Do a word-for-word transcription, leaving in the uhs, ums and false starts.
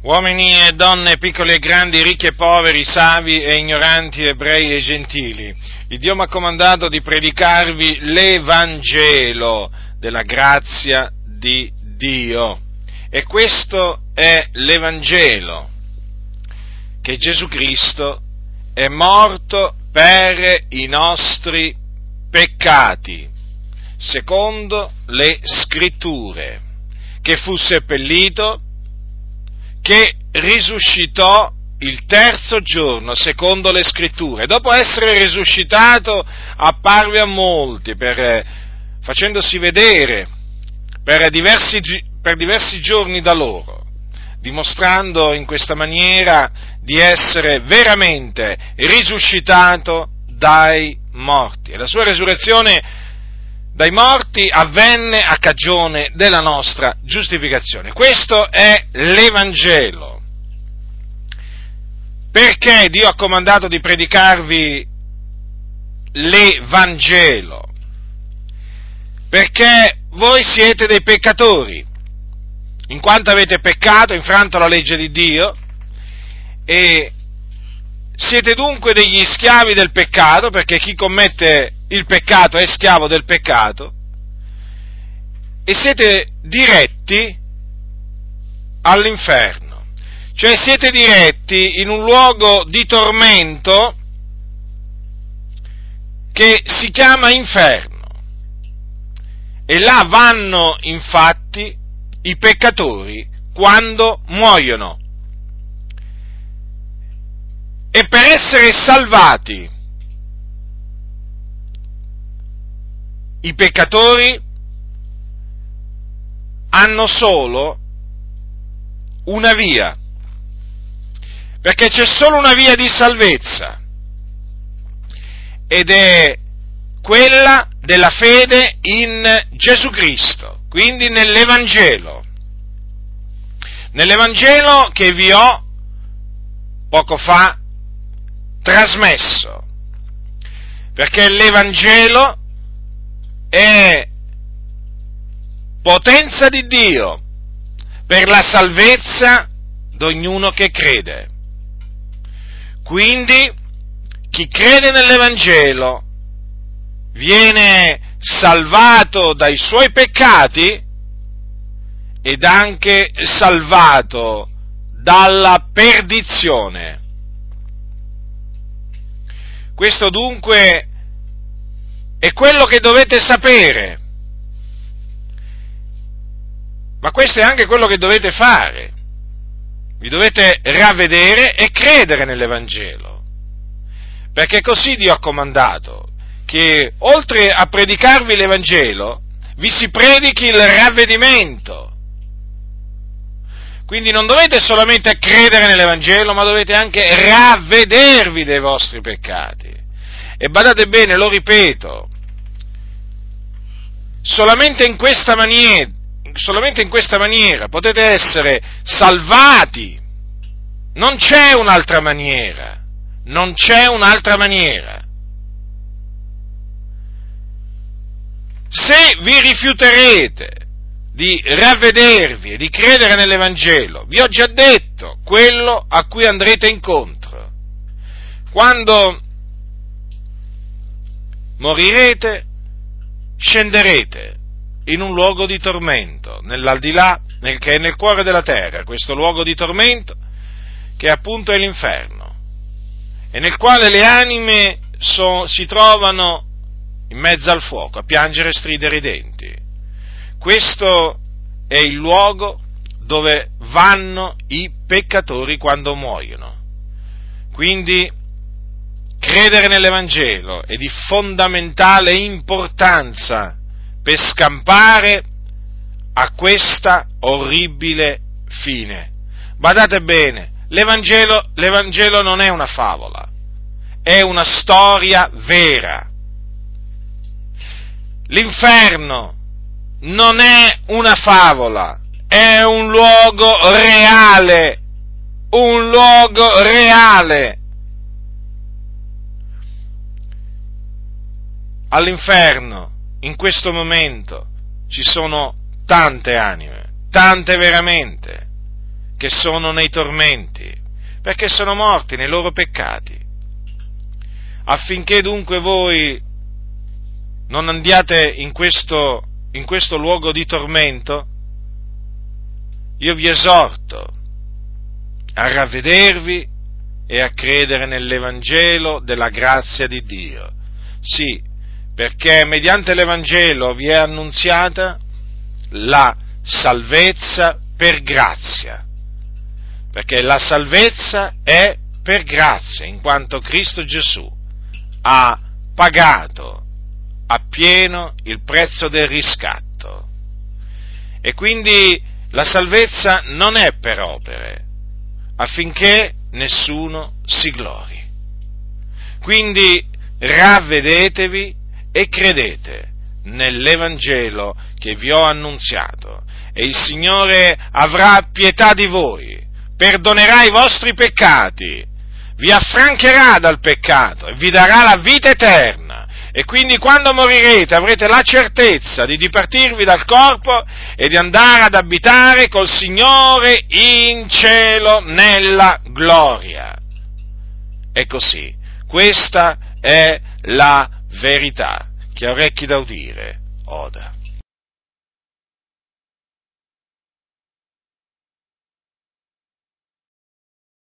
Uomini e donne, piccoli e grandi, ricchi e poveri, savi e ignoranti, ebrei e gentili, il Dio mi ha comandato di predicarvi l'Evangelo della grazia di Dio. E questo è l'Evangelo, che Gesù Cristo è morto per i nostri peccati, secondo le Scritture, che fu seppellito, che risuscitò il terzo giorno, secondo le Scritture. Dopo essere risuscitato, apparve a molti, per, facendosi vedere per diversi, per diversi giorni da loro, dimostrando in questa maniera di essere veramente risuscitato dai morti. E la sua resurrezione dai morti avvenne a cagione della nostra giustificazione. Questo è l'Evangelo. Perché Dio ha comandato di predicarvi l'Evangelo? Perché voi siete dei peccatori, in quanto avete peccato, infranto la legge di Dio, e siete dunque degli schiavi del peccato, perché chi commette il peccato è schiavo del peccato, e siete diretti all'inferno, cioè siete diretti in un luogo di tormento che si chiama inferno, e là vanno infatti i peccatori quando muoiono. E per essere salvati i peccatori hanno solo una via, perché c'è solo una via di salvezza, ed è quella della fede in Gesù Cristo, quindi nell'Evangelo, nell'Evangelo che vi ho poco fa trasmesso, perché l'Evangelo è potenza di Dio per la salvezza di ognuno che crede. Quindi chi crede nell'Evangelo viene salvato dai suoi peccati ed anche salvato dalla perdizione. Questo dunque è quello che dovete sapere, ma questo è anche quello che dovete fare. Vi dovete ravvedere e credere nell'Evangelo, perché così Dio ha comandato, che oltre a predicarvi l'Evangelo, vi si predichi il ravvedimento. Quindi non dovete solamente credere nell'Evangelo, ma dovete anche ravvedervi dei vostri peccati. E badate bene, lo ripeto, solamente in questa maniera, solamente in questa maniera potete essere salvati. Non c'è un'altra maniera, non c'è un'altra maniera. Se vi rifiuterete di ravvedervi e di credere nell'Evangelo, vi ho già detto quello a cui andrete incontro. Quando morirete, scenderete in un luogo di tormento, nell'aldilà, nel, che è nel cuore della terra, questo luogo di tormento che appunto è l'inferno, e nel quale le anime so, si trovano in mezzo al fuoco, a piangere e stridere i denti. Questo è il luogo dove vanno i peccatori quando muoiono. Quindi credere nell'Evangelo è di fondamentale importanza per scampare a questa orribile fine. Badate bene, l'Evangelo, l'Evangelo non è una favola, è una storia vera. L'inferno non è una favola, è un luogo reale, un luogo reale. All'inferno, in questo momento, ci sono tante anime, tante veramente, che sono nei tormenti, perché sono morti nei loro peccati. Affinché dunque voi non andiate in questo, in questo luogo di tormento, io vi esorto a ravvedervi e a credere nell'Evangelo della grazia di Dio. Sì, perché mediante l'Evangelo vi è annunziata la salvezza per grazia, perché la salvezza è per grazia, in quanto Cristo Gesù ha pagato appieno il prezzo del riscatto. E quindi la salvezza non è per opere, affinché nessuno si glori. Quindi ravvedetevi e credete nell'Evangelo che vi ho annunziato, e il Signore avrà pietà di voi, perdonerà i vostri peccati, vi affrancherà dal peccato e vi darà la vita eterna. E quindi quando morirete avrete la certezza di dipartirvi dal corpo e di andare ad abitare col Signore in cielo nella gloria. È così. Questa è la verità. Chi ha orecchi da udire, oda.